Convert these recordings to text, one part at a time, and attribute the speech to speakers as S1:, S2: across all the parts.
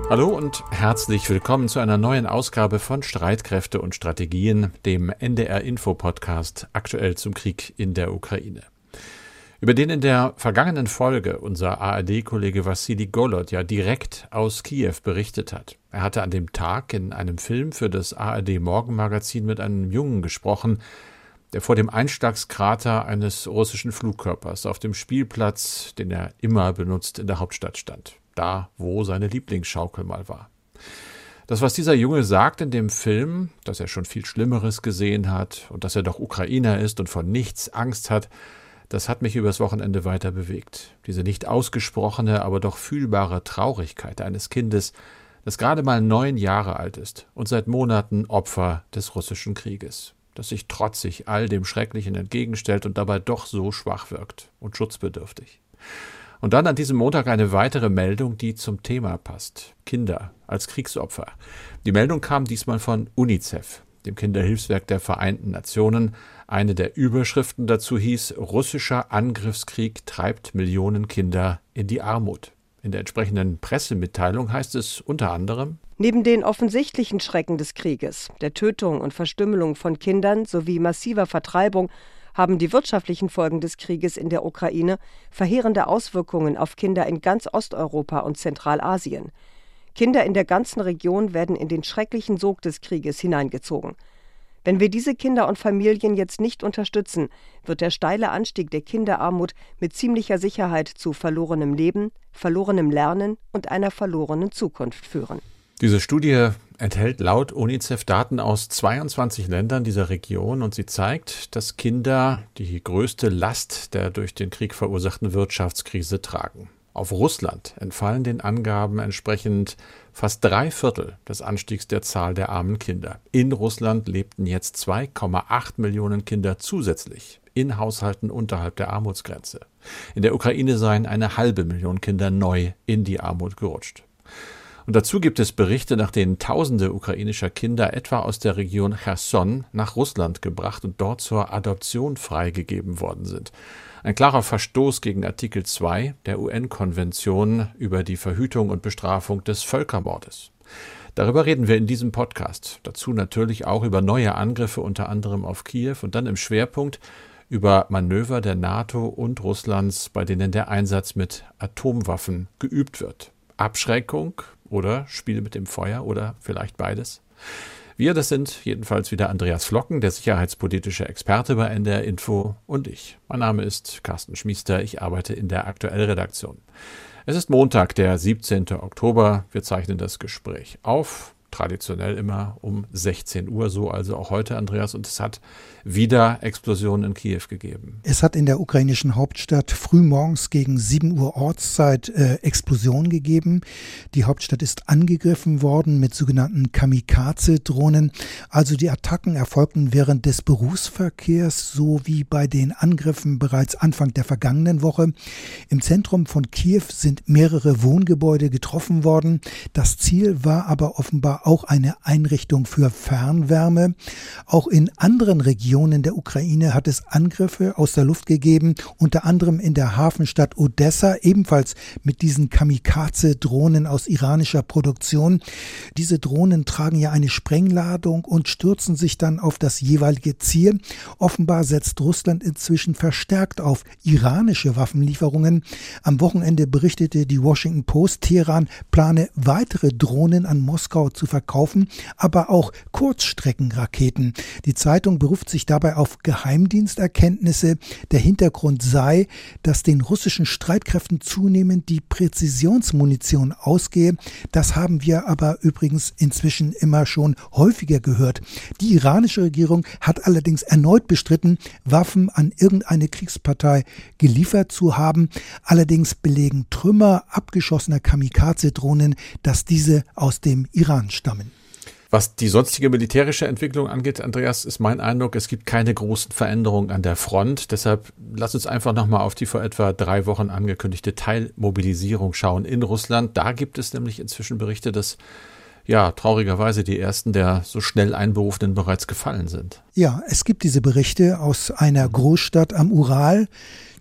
S1: Hallo und herzlich willkommen zu einer neuen Ausgabe von Streitkräfte und Strategien, dem NDR-Info-Podcast aktuell zum Krieg in der Ukraine. Über den in der vergangenen Folge unser ARD-Kollege Wassili Golod ja direkt aus Kiew berichtet hat. Er hatte an dem Tag in einem Film für das ARD-Morgenmagazin mit einem Jungen gesprochen, der vor dem Einschlagskrater eines russischen Flugkörpers auf dem Spielplatz, den er immer benutzt, in der Hauptstadt stand. Da, wo seine Lieblingsschaukel mal war. Das, was dieser Junge sagt in dem Film, dass er schon viel Schlimmeres gesehen hat und dass er doch Ukrainer ist und von nichts Angst hat, das hat mich übers Wochenende weiter bewegt. Diese nicht ausgesprochene, aber doch fühlbare Traurigkeit eines Kindes, das gerade mal 9 Jahre alt ist und seit Monaten Opfer des russischen Krieges, das sich trotzig all dem Schrecklichen entgegenstellt und dabei doch so schwach wirkt und schutzbedürftig. Und dann an diesem Montag eine weitere Meldung, die zum Thema passt. Kinder als Kriegsopfer. Die Meldung kam diesmal von UNICEF, dem Kinderhilfswerk der Vereinten Nationen. Eine der Überschriften dazu hieß: Russischer Angriffskrieg treibt Millionen Kinder in die Armut. In der entsprechenden Pressemitteilung heißt es unter anderem:
S2: Neben den offensichtlichen Schrecken des Krieges, der Tötung und Verstümmelung von Kindern sowie massiver Vertreibung, haben die wirtschaftlichen Folgen des Krieges in der Ukraine verheerende Auswirkungen auf Kinder in ganz Osteuropa und Zentralasien. Kinder in der ganzen Region werden in den schrecklichen Sog des Krieges hineingezogen. Wenn wir diese Kinder und Familien jetzt nicht unterstützen, wird der steile Anstieg der Kinderarmut mit ziemlicher Sicherheit zu verlorenem Leben, verlorenem Lernen und einer verlorenen Zukunft führen.
S1: Diese Studie enthält laut UNICEF Daten aus 22 Ländern dieser Region und sie zeigt, dass Kinder die größte Last der durch den Krieg verursachten Wirtschaftskrise tragen. Auf Russland entfallen den Angaben entsprechend fast 3/4 des Anstiegs der Zahl der armen Kinder. In Russland lebten jetzt 2,8 Millionen Kinder zusätzlich in Haushalten unterhalb der Armutsgrenze. In der Ukraine seien 500.000 Kinder neu in die Armut gerutscht. Und dazu gibt es Berichte, nach denen Tausende ukrainischer Kinder etwa aus der Region Cherson nach Russland gebracht und dort zur Adoption freigegeben worden sind. Ein klarer Verstoß gegen Artikel 2 der UN-Konvention über die Verhütung und Bestrafung des Völkermordes. Darüber reden wir in diesem Podcast. Dazu natürlich auch über neue Angriffe, unter anderem auf Kiew, und dann im Schwerpunkt über Manöver der NATO und Russlands, bei denen der Einsatz mit Atomwaffen geübt wird. Abschreckung oder Spiel mit dem Feuer oder vielleicht beides? Wir, das sind jedenfalls wieder Andreas Flocken, der sicherheitspolitische Experte bei NDR Info, und ich. Mein Name ist Carsten Schmiester, ich arbeite in der Aktuellredaktion. Es ist Montag, der 17. Oktober. Wir zeichnen das Gespräch auf, traditionell immer um 16 Uhr, so also auch heute, Andreas, und es hat wieder Explosionen in Kiew gegeben.
S3: Es hat in der ukrainischen Hauptstadt frühmorgens gegen 7 Uhr Ortszeit Explosionen gegeben. Die Hauptstadt ist angegriffen worden mit sogenannten Kamikaze-Drohnen. Also die Attacken erfolgten während des Berufsverkehrs, so wie bei den Angriffen bereits Anfang der vergangenen Woche. Im Zentrum von Kiew sind mehrere Wohngebäude getroffen worden. Das Ziel war aber offenbar auch eine Einrichtung für Fernwärme. Auch in anderen Regionen der Ukraine hat es Angriffe aus der Luft gegeben, unter anderem in der Hafenstadt Odessa, ebenfalls mit diesen Kamikaze-Drohnen aus iranischer Produktion. Diese Drohnen tragen ja eine Sprengladung und stürzen sich dann auf das jeweilige Ziel. Offenbar setzt Russland inzwischen verstärkt auf iranische Waffenlieferungen. Am Wochenende berichtete die Washington Post, Teheran plane weitere Drohnen an Moskau zu verkaufen, aber auch Kurzstreckenraketen. Die Zeitung beruft sich dabei auf Geheimdiensterkenntnisse. Der Hintergrund sei, dass den russischen Streitkräften zunehmend die Präzisionsmunition ausgehe. Das haben wir aber übrigens inzwischen immer schon häufiger gehört. Die iranische Regierung hat allerdings erneut bestritten, Waffen an irgendeine Kriegspartei geliefert zu haben. Allerdings belegen Trümmer abgeschossener Kamikaze-Drohnen, dass diese aus dem Iran stammen.
S1: Was die sonstige militärische Entwicklung angeht, Andreas, ist mein Eindruck, es gibt keine großen Veränderungen an der Front. Deshalb lass uns einfach nochmal auf die vor etwa 3 Wochen angekündigte Teilmobilisierung schauen in Russland. Da gibt es nämlich inzwischen Berichte, dass traurigerweise die ersten der so schnell Einberufenen bereits gefallen sind.
S3: Ja, es gibt diese Berichte aus einer Großstadt am Ural.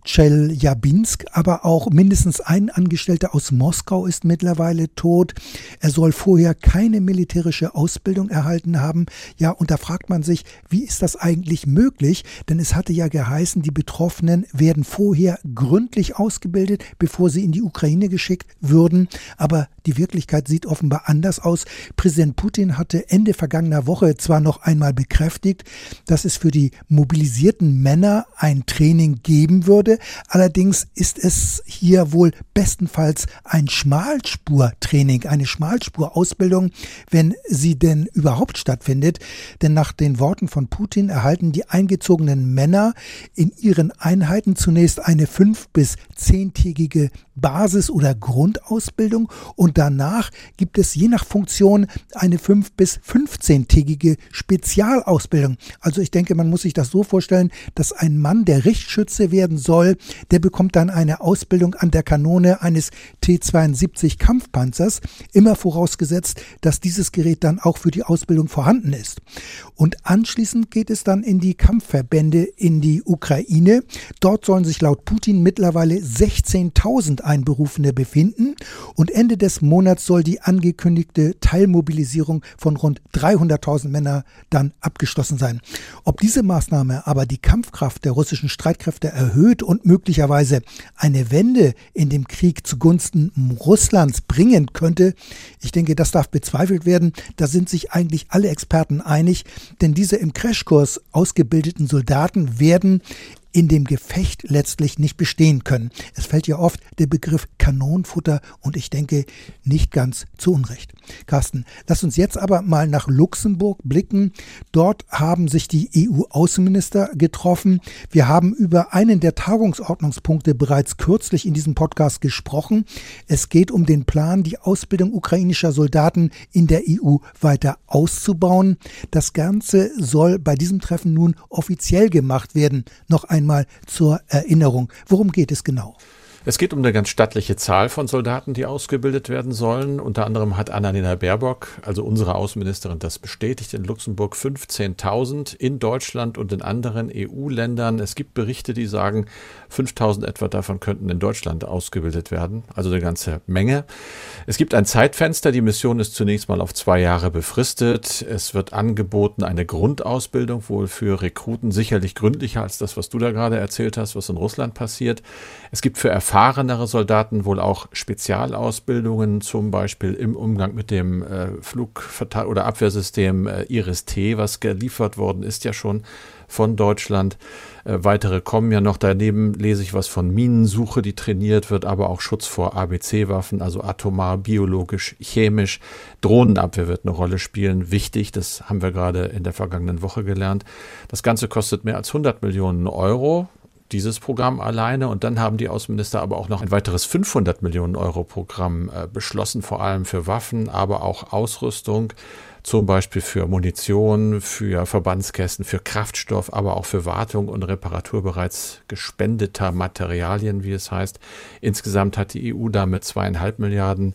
S3: Tscheljabinsk, aber auch mindestens ein Angestellter aus Moskau ist mittlerweile tot. Er soll vorher keine militärische Ausbildung erhalten haben. Ja, und da fragt man sich, wie ist das eigentlich möglich? Denn es hatte ja geheißen, die Betroffenen werden vorher gründlich ausgebildet, bevor sie in die Ukraine geschickt würden. Aber die Wirklichkeit sieht offenbar anders aus. Präsident Putin hatte Ende vergangener Woche zwar noch einmal bekräftigt, dass es für die mobilisierten Männer ein Training geben würde. Allerdings ist es hier wohl bestenfalls ein Schmalspurtraining, eine Schmalspurausbildung, wenn sie denn überhaupt stattfindet. Denn nach den Worten von Putin erhalten die eingezogenen Männer in ihren Einheiten zunächst eine 5- bis 10-tägige Basis- oder Grundausbildung und danach gibt es je nach Funktion eine 5- bis 15-tägige Spezialausbildung. Also ich denke, man muss sich das so vorstellen, dass ein Mann, der Richtschütze werden soll, der bekommt dann eine Ausbildung an der Kanone eines T-72 Kampfpanzers, immer vorausgesetzt, dass dieses Gerät dann auch für die Ausbildung vorhanden ist. Und anschließend geht es dann in die Kampfverbände in die Ukraine. Dort sollen sich laut Putin mittlerweile 16.000 Einberufene befinden und Ende des Monats soll die angekündigte Teilmobilisierung von rund 300.000 Männern dann abgeschlossen sein. Ob diese Maßnahme aber die Kampfkraft der russischen Streitkräfte erhöht und möglicherweise eine Wende in dem Krieg zugunsten Russlands bringen könnte, ich denke, das darf bezweifelt werden. Da sind sich eigentlich alle Experten einig, denn diese im Crashkurs ausgebildeten Soldaten werden in dem Gefecht letztlich nicht bestehen können. Es fällt ja oft der Begriff Kanonenfutter und ich denke nicht ganz zu Unrecht. Carsten, lass uns jetzt aber mal nach Luxemburg blicken. Dort haben sich die EU-Außenminister getroffen. Wir haben über einen der Tagungsordnungspunkte bereits kürzlich in diesem Podcast gesprochen. Es geht um den Plan, die Ausbildung ukrainischer Soldaten in der EU weiter auszubauen. Das Ganze soll bei diesem Treffen nun offiziell gemacht werden. Noch einmal zur Erinnerung. Worum geht es genau?
S1: Es geht um eine ganz stattliche Zahl von Soldaten, die ausgebildet werden sollen. Unter anderem hat Annalena Baerbock, also unsere Außenministerin, das bestätigt in Luxemburg 15.000 in Deutschland und in anderen EU-Ländern. Es gibt Berichte, die sagen, 5.000 etwa davon könnten in Deutschland ausgebildet werden. Also eine ganze Menge. Es gibt ein Zeitfenster. Die Mission ist zunächst mal auf 2 Jahre befristet. Es wird angeboten eine Grundausbildung, wohl für Rekruten sicherlich gründlicher als das, was du da gerade erzählt hast, was in Russland passiert. Es gibt für erfahrenere Soldaten wohl auch Spezialausbildungen, zum Beispiel im Umgang mit dem oder Abwehrsystem Iris-T, was geliefert worden ist ja schon von Deutschland. Weitere kommen ja noch. Daneben lese ich was von Minensuche, die trainiert wird, aber auch Schutz vor ABC-Waffen, also atomar, biologisch, chemisch. Drohnenabwehr wird eine Rolle spielen. Wichtig, das haben wir gerade in der vergangenen Woche gelernt. Das Ganze kostet mehr als 100 Millionen Euro. Dieses Programm alleine und dann haben die Außenminister aber auch noch ein weiteres 500 Millionen Euro Programm beschlossen, vor allem für Waffen, aber auch Ausrüstung, zum Beispiel für Munition, für Verbandskästen, für Kraftstoff, aber auch für Wartung und Reparatur bereits gespendeter Materialien, wie es heißt. Insgesamt hat die EU damit 2,5 Milliarden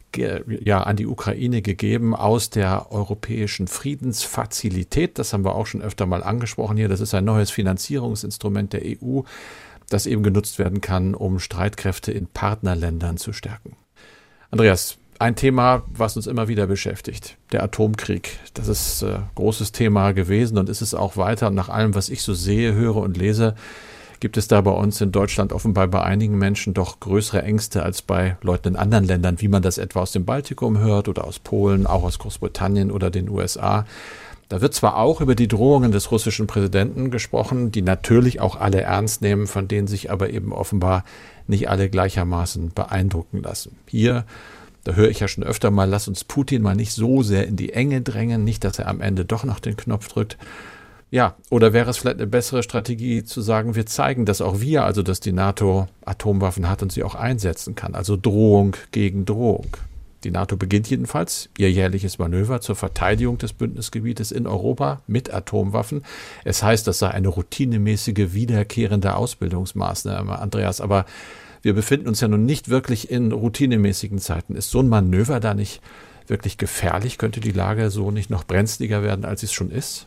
S1: an die Ukraine gegeben aus der europäischen Friedensfazilität. Das haben wir auch schon öfter mal angesprochen hier. Das ist ein neues Finanzierungsinstrument der EU, das eben genutzt werden kann, um Streitkräfte in Partnerländern zu stärken. Andreas, ein Thema, was uns immer wieder beschäftigt, der Atomkrieg. Das ist ein großes Thema gewesen und ist es auch weiter. Und nach allem, was ich so sehe, höre und lese, gibt es da bei uns in Deutschland offenbar bei einigen Menschen doch größere Ängste als bei Leuten in anderen Ländern, wie man das etwa aus dem Baltikum hört oder aus Polen, auch aus Großbritannien oder den USA. Da wird zwar auch über die Drohungen des russischen Präsidenten gesprochen, die natürlich auch alle ernst nehmen, von denen sich aber eben offenbar nicht alle gleichermaßen beeindrucken lassen. Hier, da höre ich ja schon öfter mal, lass uns Putin mal nicht so sehr in die Enge drängen, nicht, dass er am Ende doch noch den Knopf drückt. Ja, oder wäre es vielleicht eine bessere Strategie zu sagen, wir zeigen das auch wir, also dass die NATO Atomwaffen hat und sie auch einsetzen kann, also Drohung gegen Drohung. Die NATO beginnt jedenfalls ihr jährliches Manöver zur Verteidigung des Bündnisgebietes in Europa mit Atomwaffen. Es heißt, das sei eine routinemäßige, wiederkehrende Ausbildungsmaßnahme, Andreas, aber wir befinden uns ja nun nicht wirklich in routinemäßigen Zeiten. Ist so ein Manöver da nicht wirklich gefährlich? Könnte die Lage so nicht noch brenzliger werden, als es schon ist?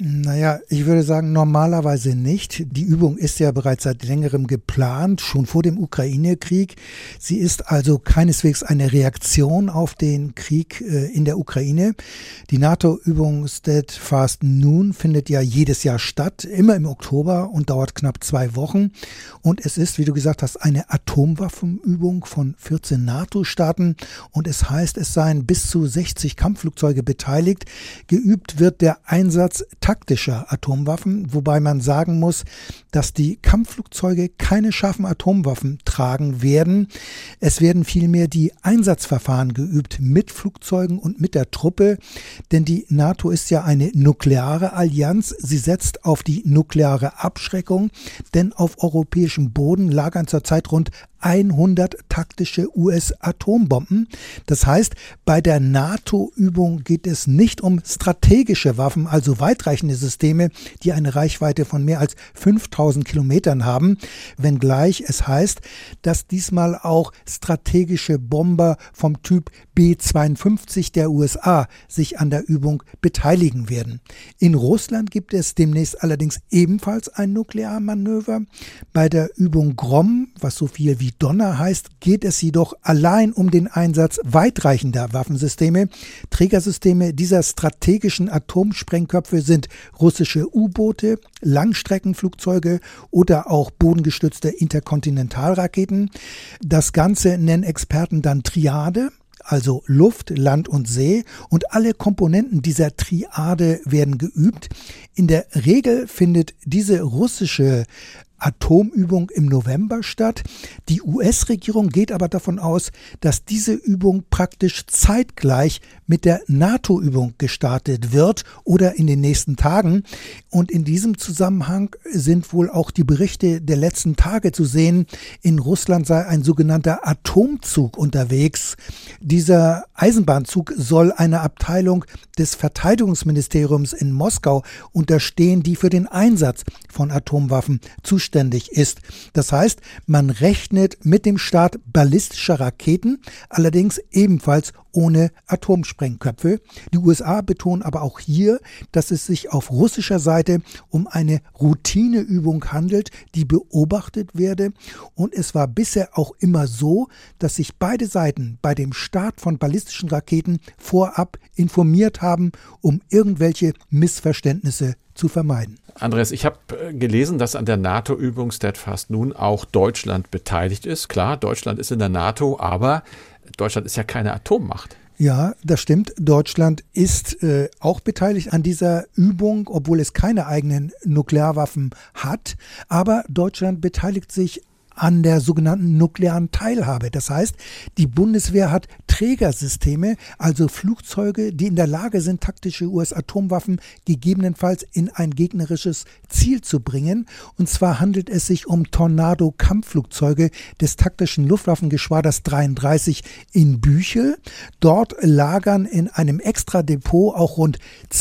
S3: Naja, ich würde sagen, normalerweise nicht. Die Übung ist ja bereits seit längerem geplant, schon vor dem Ukraine-Krieg. Sie ist also keineswegs eine Reaktion auf den Krieg in der Ukraine. Die NATO-Übung Steadfast Noon findet ja jedes Jahr statt, immer im Oktober und dauert knapp 2 Wochen. Und es ist, wie du gesagt hast, eine Atomwaffenübung von 14 NATO-Staaten. Und es heißt, es seien bis zu 60 Kampfflugzeuge beteiligt. Geübt wird der Einsatz taktischer Atomwaffen, wobei man sagen muss, dass die Kampfflugzeuge keine scharfen Atomwaffen tragen werden. Es werden vielmehr die Einsatzverfahren geübt mit Flugzeugen und mit der Truppe, denn die NATO ist ja eine nukleare Allianz. Sie setzt auf die nukleare Abschreckung, denn auf europäischem Boden lagern zurzeit rund 100 taktische US-Atombomben. Das heißt, bei der NATO-Übung geht es nicht um strategische Waffen, also weitreichende Systeme, die eine Reichweite von mehr als 5000 Kilometern haben, wenngleich es heißt, dass diesmal auch strategische Bomber vom Typ B-52 der USA sich an der Übung beteiligen werden. In Russland gibt es demnächst allerdings ebenfalls ein Nuklearmanöver. Bei der Übung Grom, was so viel wie Donner heißt, geht es jedoch allein um den Einsatz weitreichender Waffensysteme. Trägersysteme dieser strategischen Atomsprengköpfe sind russische U-Boote, Langstreckenflugzeuge oder auch bodengestützte Interkontinentalraketen. Das Ganze nennen Experten dann Triade. Also Luft, Land und See, und alle Komponenten dieser Triade werden geübt. In der Regel findet diese russische Atomübung im November statt. Die US-Regierung geht aber davon aus, dass diese Übung praktisch zeitgleich mit der NATO-Übung gestartet wird oder in den nächsten Tagen. Und in diesem Zusammenhang sind wohl auch die Berichte der letzten Tage zu sehen. In Russland sei ein sogenannter Atomzug unterwegs. Dieser Eisenbahnzug soll einer Abteilung des Verteidigungsministeriums in Moskau unterstehen, die für den Einsatz von Atomwaffen zuständig ist. Das heißt, man rechnet mit dem Start ballistischer Raketen, allerdings ebenfalls ohne Atomsprengköpfe. Die USA betonen aber auch hier, dass es sich auf russischer Seite um eine Routineübung handelt, die beobachtet werde. Und es war bisher auch immer so, dass sich beide Seiten bei dem Start von ballistischen Raketen vorab informiert haben, um irgendwelche Missverständnisse zu vermeiden.
S1: Andreas, ich habe gelesen, dass an der NATO-Übung Steadfast Noon auch Deutschland beteiligt ist. Klar, Deutschland ist in der NATO, aber Deutschland ist ja keine Atommacht.
S3: Ja, das stimmt. Deutschland ist auch beteiligt an dieser Übung, obwohl es keine eigenen Nuklearwaffen hat. Aber Deutschland beteiligt sich an der sogenannten nuklearen Teilhabe. Das heißt, die Bundeswehr hat Trägersysteme, also Flugzeuge, die in der Lage sind, taktische US-Atomwaffen gegebenenfalls in ein gegnerisches Ziel zu bringen. Und zwar handelt es sich um Tornado-Kampfflugzeuge des taktischen Luftwaffengeschwaders 33 in Büchel. Dort lagern in einem Extradepot auch rund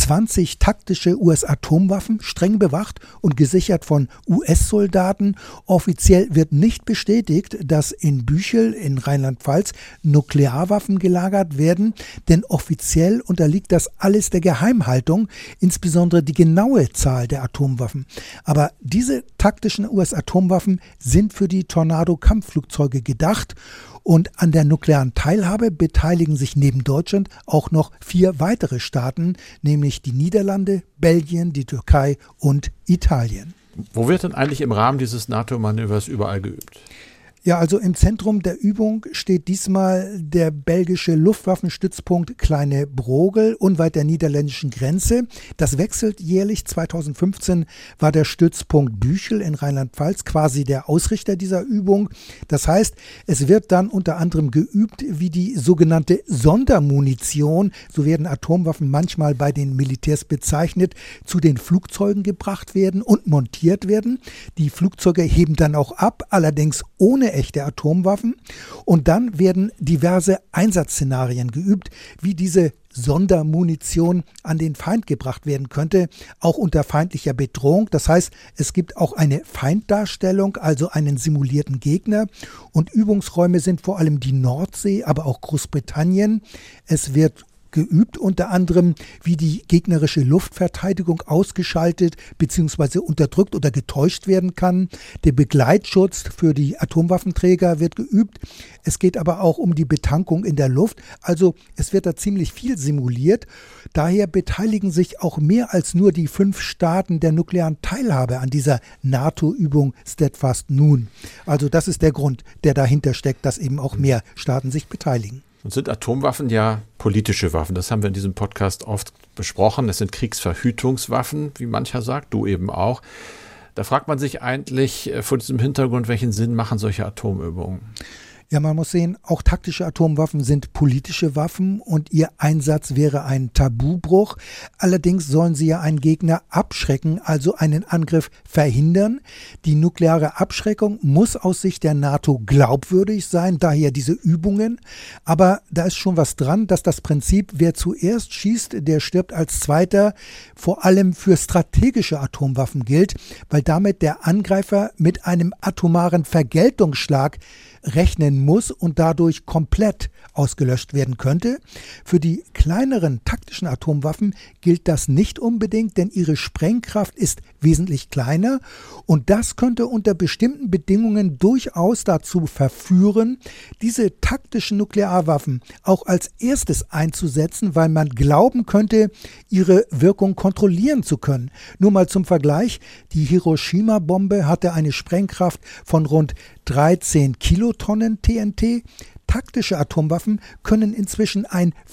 S3: 20 taktische US-Atomwaffen, streng bewacht und gesichert von US-Soldaten. Offiziell wird nicht bestätigt, dass in Büchel in Rheinland-Pfalz Nuklearwaffen gelagert werden, denn offiziell unterliegt das alles der Geheimhaltung, insbesondere die genaue Zahl der Atomwaffen. Aber diese taktischen US-Atomwaffen sind für die Tornado-Kampfflugzeuge gedacht. Und an der nuklearen Teilhabe beteiligen sich neben Deutschland auch noch 4 weitere Staaten, nämlich die Niederlande, Belgien, die Türkei und Italien.
S1: Wo wird denn eigentlich im Rahmen dieses NATO-Manövers überall geübt?
S3: Ja, also im Zentrum der Übung steht diesmal der belgische Luftwaffenstützpunkt Kleine Brogel unweit der niederländischen Grenze. Das wechselt jährlich. 2015 war der Stützpunkt Büchel in Rheinland-Pfalz quasi der Ausrichter dieser Übung. Das heißt, es wird dann unter anderem geübt, wie die sogenannte Sondermunition, so werden Atomwaffen manchmal bei den Militärs bezeichnet, zu den Flugzeugen gebracht werden und montiert werden. Die Flugzeuge heben dann auch ab, allerdings ohne echte Atomwaffen, und dann werden diverse Einsatzszenarien geübt, wie diese Sondermunition an den Feind gebracht werden könnte, auch unter feindlicher Bedrohung. Das heißt, es gibt auch eine Feinddarstellung, also einen simulierten Gegner, und Übungsräume sind vor allem die Nordsee, aber auch Großbritannien. Es wird geübt, unter anderem, wie die gegnerische Luftverteidigung ausgeschaltet bzw. unterdrückt oder getäuscht werden kann. Der Begleitschutz für die Atomwaffenträger wird geübt. Es geht aber auch um die Betankung in der Luft. Also es wird da ziemlich viel simuliert. Daher beteiligen sich auch mehr als nur die 5 Staaten der nuklearen Teilhabe an dieser NATO-Übung Steadfast Noon. Also das ist der Grund, der dahinter steckt, dass eben auch mehr Staaten sich beteiligen.
S1: Und sind Atomwaffen ja politische Waffen? Das haben wir in diesem Podcast oft besprochen. Es sind Kriegsverhütungswaffen, wie mancher sagt, du eben auch. Da fragt man sich eigentlich vor diesem Hintergrund, welchen Sinn machen solche Atomübungen?
S3: Ja, man muss sehen, auch taktische Atomwaffen sind politische Waffen und ihr Einsatz wäre ein Tabubruch. Allerdings sollen sie ja einen Gegner abschrecken, also einen Angriff verhindern. Die nukleare Abschreckung muss aus Sicht der NATO glaubwürdig sein, daher diese Übungen. Aber da ist schon was dran, dass das Prinzip, wer zuerst schießt, der stirbt als Zweiter, vor allem für strategische Atomwaffen gilt, weil damit der Angreifer mit einem atomaren Vergeltungsschlag rechnen muss und dadurch komplett ausgelöscht werden könnte. Für die kleineren taktischen Atomwaffen gilt das nicht unbedingt, denn ihre Sprengkraft ist wesentlich kleiner und das könnte unter bestimmten Bedingungen durchaus dazu verführen, diese taktischen Nuklearwaffen auch als erstes einzusetzen, weil man glauben könnte, ihre Wirkung kontrollieren zu können. Nur mal zum Vergleich, die Hiroshima-Bombe hatte eine Sprengkraft von rund 13 Kilotonnen TNT. Taktische Atomwaffen können inzwischen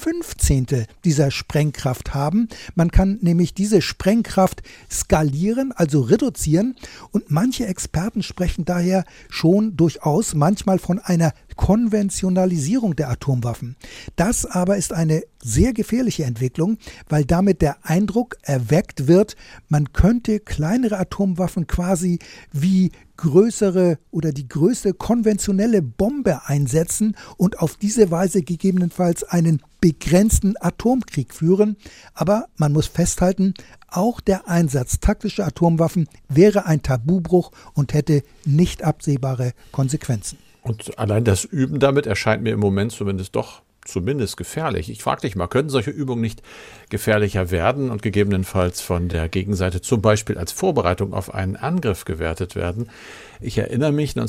S3: 1/15 dieser Sprengkraft haben. Man kann nämlich diese Sprengkraft skalieren, also reduzieren. Und manche Experten sprechen daher schon durchaus manchmal von einer Konventionalisierung der Atomwaffen. Das aber ist eine sehr gefährliche Entwicklung, weil damit der Eindruck erweckt wird, man könnte kleinere Atomwaffen quasi wie größere oder die größte konventionelle Bombe einsetzen und auf diese Weise gegebenenfalls einen begrenzten Atomkrieg führen. Aber man muss festhalten, auch der Einsatz taktischer Atomwaffen wäre ein Tabubruch und hätte nicht absehbare Konsequenzen.
S1: Und allein das Üben damit erscheint mir im Moment zumindest gefährlich. Ich frage dich mal, können solche Übungen nicht gefährlicher werden und gegebenenfalls von der Gegenseite zum Beispiel als Vorbereitung auf einen Angriff gewertet werden? Ich erinnere mich,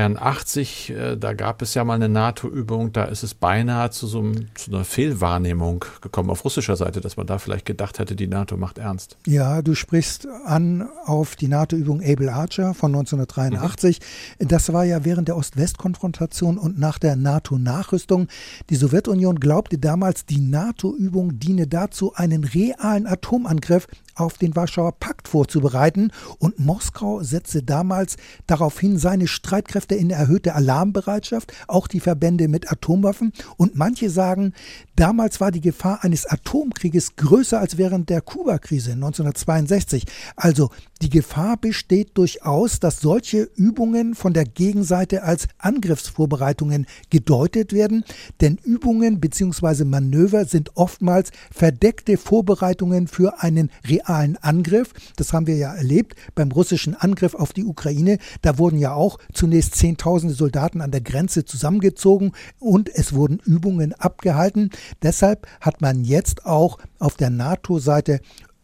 S1: 1983, da gab es ja mal eine NATO-Übung, da ist es beinahe zu einer Fehlwahrnehmung gekommen auf russischer Seite, dass man da vielleicht gedacht hätte, die NATO macht ernst.
S3: Ja, du sprichst an auf die NATO-Übung Able Archer von 1983. Das war ja während der Ost-West-Konfrontation und nach der NATO-Nachrüstung. Die Sowjetunion glaubte damals, die NATO-Übung diene dazu, einen realen Atomangriff auf den Warschauer Pakt vorzubereiten und Moskau setzte damals daraufhin seine Streitkräfte in erhöhte Alarmbereitschaft, auch die Verbände mit Atomwaffen und manche sagen, damals war die Gefahr eines Atomkrieges größer als während der Kuba-Krise 1962. Also die Gefahr besteht durchaus, dass solche Übungen von der Gegenseite als Angriffsvorbereitungen gedeutet werden, denn Übungen bzw. Manöver sind oftmals verdeckte Vorbereitungen für einen realen Angriff. Das haben wir ja erlebt beim russischen Angriff auf die Ukraine. Da wurden ja auch zunächst Zehntausende Soldaten an der Grenze zusammengezogen und es wurden Übungen abgehalten. Deshalb hat man jetzt auch auf der NATO-Seite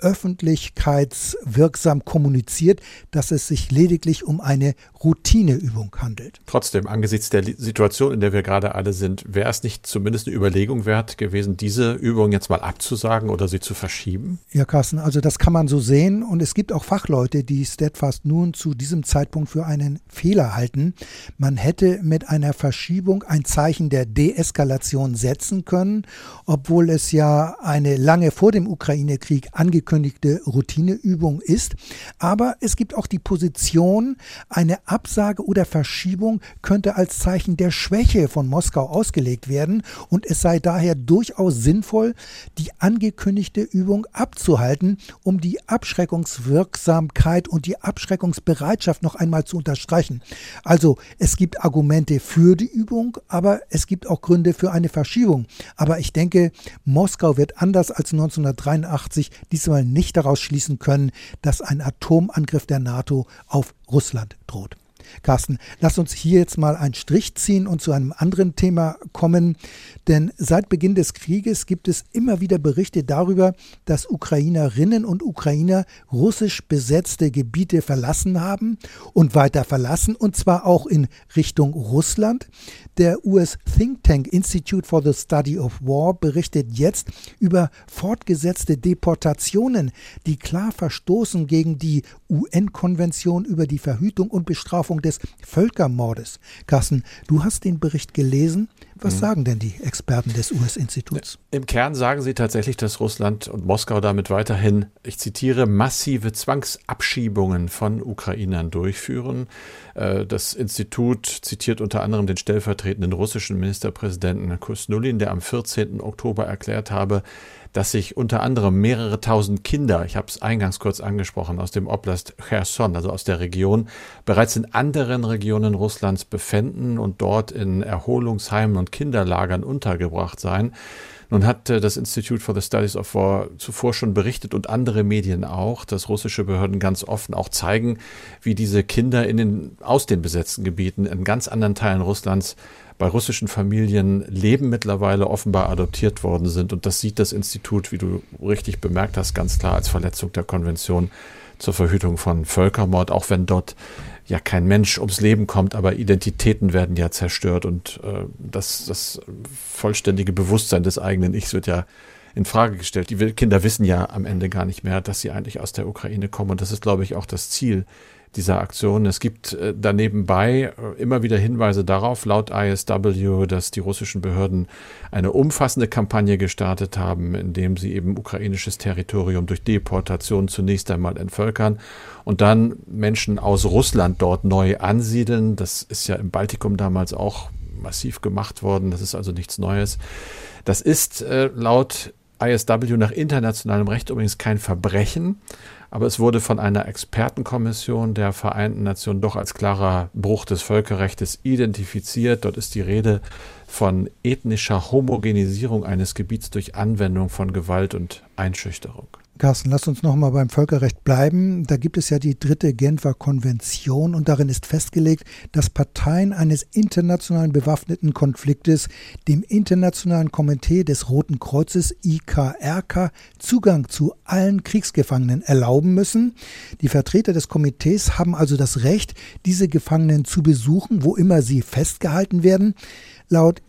S3: öffentlichkeitswirksam kommuniziert, dass es sich lediglich um eine Routineübung handelt.
S1: Trotzdem, angesichts der Situation, in der wir gerade alle sind, wäre es nicht zumindest eine Überlegung wert gewesen, diese Übung jetzt mal abzusagen oder sie zu verschieben?
S3: Ja, Carsten, also das kann man so sehen und es gibt auch Fachleute, die Steadfast Noon zu diesem Zeitpunkt für einen Fehler halten. Man hätte mit einer Verschiebung ein Zeichen der Deeskalation setzen können, obwohl es ja eine lange vor dem Ukraine-Krieg angekündigte Routineübung ist. Aber es gibt auch die Position, eine Absage oder Verschiebung könnte als Zeichen der Schwäche von Moskau ausgelegt werden und es sei daher durchaus sinnvoll, die angekündigte Übung abzuhalten, um die Abschreckungswirksamkeit und die Abschreckungsbereitschaft noch einmal zu unterstreichen. Also es gibt Argumente für die Übung, aber es gibt auch Gründe für eine Verschiebung. Aber ich denke, Moskau wird anders als 1983 diesmal nicht daraus schließen können, dass ein Atomangriff der NATO auf Russland droht. Carsten, lass uns hier jetzt mal einen Strich ziehen und zu einem anderen Thema kommen, denn seit Beginn des Krieges gibt es immer wieder Berichte darüber, dass Ukrainerinnen und Ukrainer russisch besetzte Gebiete verlassen haben und weiter verlassen, und zwar auch in Richtung Russland. Der US Think Tank Institute for the Study of War berichtet jetzt über fortgesetzte Deportationen, die klar verstoßen gegen die UN-Konvention über die Verhütung und Bestrafung des Völkermordes. Carsten, du hast den Bericht gelesen. Was sagen denn die Experten des US-Instituts?
S1: Im Kern sagen sie tatsächlich, dass Russland und Moskau damit weiterhin, ich zitiere, massive Zwangsabschiebungen von Ukrainern durchführen. Das Institut zitiert unter anderem den stellvertretenden russischen Ministerpräsidenten Kusnulin, der am 14. Oktober erklärt habe, dass sich unter anderem mehrere tausend Kinder, ich habe es eingangs kurz angesprochen, aus dem Oblast Cherson, also aus der Region, bereits in anderen Regionen Russlands befänden und dort in Erholungsheimen und Kinderlagern untergebracht seien. Nun hat das Institute for the Studies of War zuvor schon berichtet und andere Medien auch, dass russische Behörden ganz offen auch zeigen, wie diese Kinder aus den besetzten Gebieten in ganz anderen Teilen Russlands bei russischen Familien leben, mittlerweile offenbar adoptiert worden sind. Und das sieht das Institut, wie du richtig bemerkt hast, ganz klar als Verletzung der Konvention zur Verhütung von Völkermord, auch wenn dort ja kein Mensch ums Leben kommt, aber Identitäten werden ja zerstört und das vollständige Bewusstsein des eigenen Ichs wird ja in Frage gestellt. Die Kinder wissen ja am Ende gar nicht mehr, dass sie eigentlich aus der Ukraine kommen, und das ist, glaube ich, auch das Ziel dieser Aktion. Es gibt danebenbei immer wieder Hinweise darauf, laut ISW, dass die russischen Behörden eine umfassende Kampagne gestartet haben, indem sie eben ukrainisches Territorium durch Deportation zunächst einmal entvölkern und dann Menschen aus Russland dort neu ansiedeln. Das ist ja im Baltikum damals auch massiv gemacht worden. Das ist also nichts Neues. Das ist laut ISW nach internationalem Recht übrigens kein Verbrechen, aber es wurde von einer Expertenkommission der Vereinten Nationen doch als klarer Bruch des Völkerrechts identifiziert. Dort ist die Rede von ethnischer Homogenisierung eines Gebiets durch Anwendung von Gewalt und Einschüchterung.
S3: Carsten, lass uns noch mal beim Völkerrecht bleiben. Da gibt es ja die 3. Genfer Konvention und darin ist festgelegt, dass Parteien eines internationalen bewaffneten Konfliktes dem Internationalen Komitee des Roten Kreuzes IKRK Zugang zu allen Kriegsgefangenen erlauben müssen. Die Vertreter des Komitees haben also das Recht, diese Gefangenen zu besuchen, wo immer sie festgehalten werden. Laut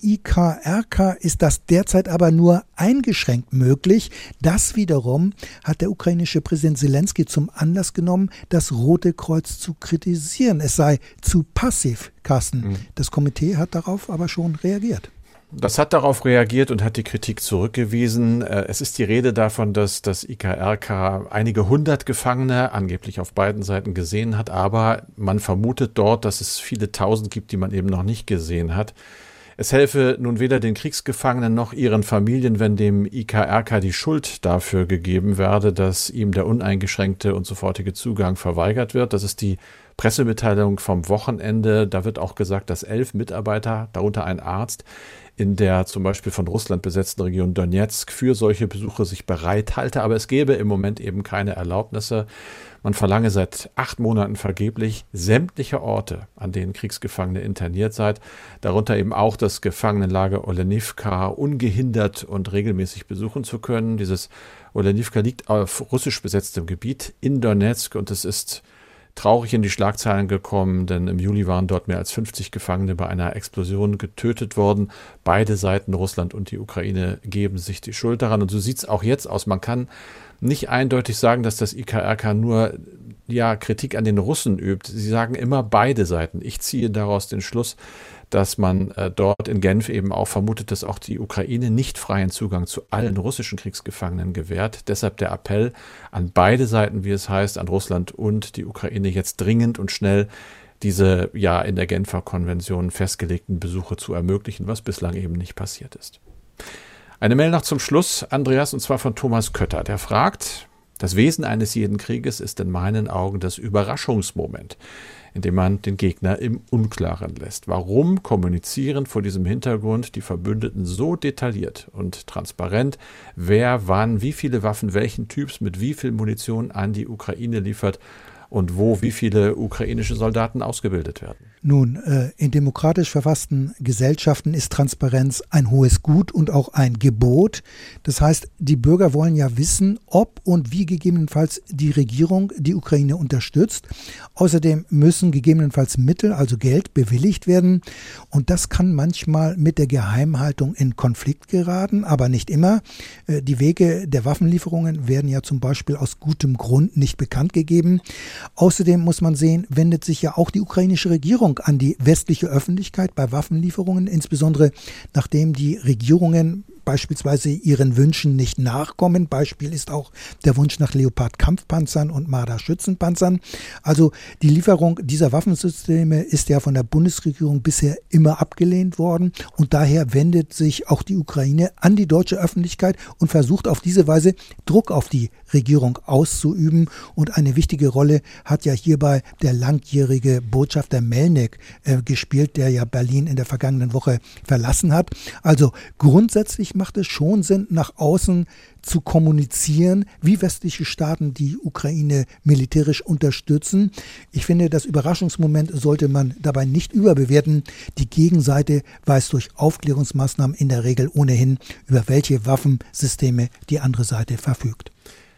S3: IKRK ist das derzeit aber nur eingeschränkt möglich. Das wiederum hat der ukrainische Präsident Selenskyj zum Anlass genommen, das Rote Kreuz zu kritisieren. Es sei zu passiv, Carsten. Das Komitee hat darauf aber schon reagiert.
S1: Das hat darauf reagiert und hat die Kritik zurückgewiesen. Es ist die Rede davon, dass das IKRK einige hundert Gefangene angeblich auf beiden Seiten gesehen hat, aber man vermutet dort, dass es viele Tausend gibt, die man eben noch nicht gesehen hat. Es helfe nun weder den Kriegsgefangenen noch ihren Familien, wenn dem IKRK die Schuld dafür gegeben werde, dass ihm der uneingeschränkte und sofortige Zugang verweigert wird. Das ist die Pressemitteilung vom Wochenende. Da wird auch gesagt, dass 11 Mitarbeiter, darunter ein Arzt, in der zum Beispiel von Russland besetzten Region Donetsk für solche Besuche sich bereit halte. Aber es gäbe im Moment eben keine Erlaubnisse. Man verlange seit 8 Monaten vergeblich sämtliche Orte, an denen Kriegsgefangene interniert seien, darunter eben auch das Gefangenenlager Olenivka, ungehindert und regelmäßig besuchen zu können. Dieses Olenivka liegt auf russisch besetztem Gebiet in Donetsk und es ist traurig in die Schlagzeilen gekommen, denn im Juli waren dort mehr als 50 Gefangene bei einer Explosion getötet worden. Beide Seiten, Russland und die Ukraine, geben sich die Schuld daran. Und so sieht es auch jetzt aus. Man kann nicht eindeutig sagen, dass das IKRK nur Kritik an den Russen übt. Sie sagen immer beide Seiten. Ich ziehe daraus den Schluss, dass man dort in Genf eben auch vermutet, dass auch die Ukraine nicht freien Zugang zu allen russischen Kriegsgefangenen gewährt. Deshalb der Appell an beide Seiten, wie es heißt, an Russland und die Ukraine, jetzt dringend und schnell diese in der Genfer Konvention festgelegten Besuche zu ermöglichen, was bislang eben nicht passiert ist. Eine Mail noch zum Schluss, Andreas, und zwar von Thomas Kötter, der fragt: Das Wesen eines jeden Krieges ist in meinen Augen das Überraschungsmoment, in dem man den Gegner im Unklaren lässt. Warum kommunizieren vor diesem Hintergrund die Verbündeten so detailliert und transparent, wer wann, wie viele Waffen welchen Typs mit wie viel Munition an die Ukraine liefert und wo wie viele ukrainische Soldaten ausgebildet werden?
S3: Nun, in demokratisch verfassten Gesellschaften ist Transparenz ein hohes Gut und auch ein Gebot. Das heißt, die Bürger wollen ja wissen, ob und wie gegebenenfalls die Regierung die Ukraine unterstützt. Außerdem müssen gegebenenfalls Mittel, also Geld, bewilligt werden. Und das kann manchmal mit der Geheimhaltung in Konflikt geraten, aber nicht immer. Die Wege der Waffenlieferungen werden ja zum Beispiel aus gutem Grund nicht bekannt gegeben. Außerdem muss man sehen, wendet sich ja auch die ukrainische Regierung an die westliche Öffentlichkeit bei Waffenlieferungen, insbesondere nachdem die Regierungen beispielsweise ihren Wünschen nicht nachkommen. Beispiel ist auch der Wunsch nach Leopard-Kampfpanzern und Marder-Schützenpanzern. Also die Lieferung dieser Waffensysteme ist ja von der Bundesregierung bisher immer abgelehnt worden und daher wendet sich auch die Ukraine an die deutsche Öffentlichkeit und versucht auf diese Weise Druck auf die Regierung auszuüben. Und eine wichtige Rolle hat ja hierbei der langjährige Botschafter Melnik gespielt, der ja Berlin in der vergangenen Woche verlassen hat. Also grundsätzlich macht es schon Sinn, nach außen zu kommunizieren, wie westliche Staaten die Ukraine militärisch unterstützen. Ich finde, das Überraschungsmoment sollte man dabei nicht überbewerten. Die Gegenseite weiß durch Aufklärungsmaßnahmen in der Regel ohnehin, über welche Waffensysteme die andere Seite verfügt.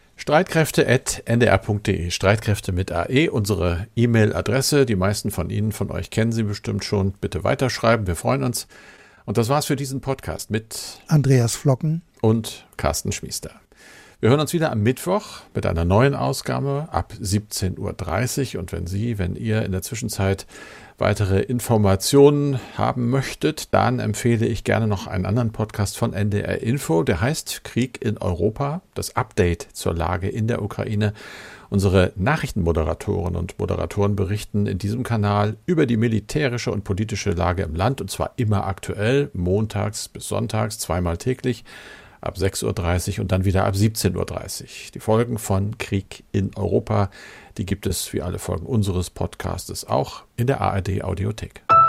S1: Streitkräfte@ndr.de, Streitkräfte mit AE, unsere E-Mail-Adresse. Die meisten von Ihnen, von euch kennen sie bestimmt schon. Bitte weiterschreiben, wir freuen uns. Und das war's für diesen Podcast mit
S3: Andreas Flocken
S1: und Carsten Schmiester. Wir hören uns wieder am Mittwoch mit einer neuen Ausgabe ab 17:30 Uhr. Und wenn ihr in der Zwischenzeit weitere Informationen haben möchtet, dann empfehle ich gerne noch einen anderen Podcast von NDR Info. Der heißt Krieg in Europa, das Update zur Lage in der Ukraine. Unsere Nachrichtenmoderatoren und Moderatoren berichten in diesem Kanal über die militärische und politische Lage im Land, und zwar immer aktuell, montags bis sonntags, zweimal täglich, ab 6:30 Uhr und dann wieder ab 17:30 Uhr. Die Folgen von Krieg in Europa, die gibt es wie alle Folgen unseres Podcastes auch in der ARD Audiothek.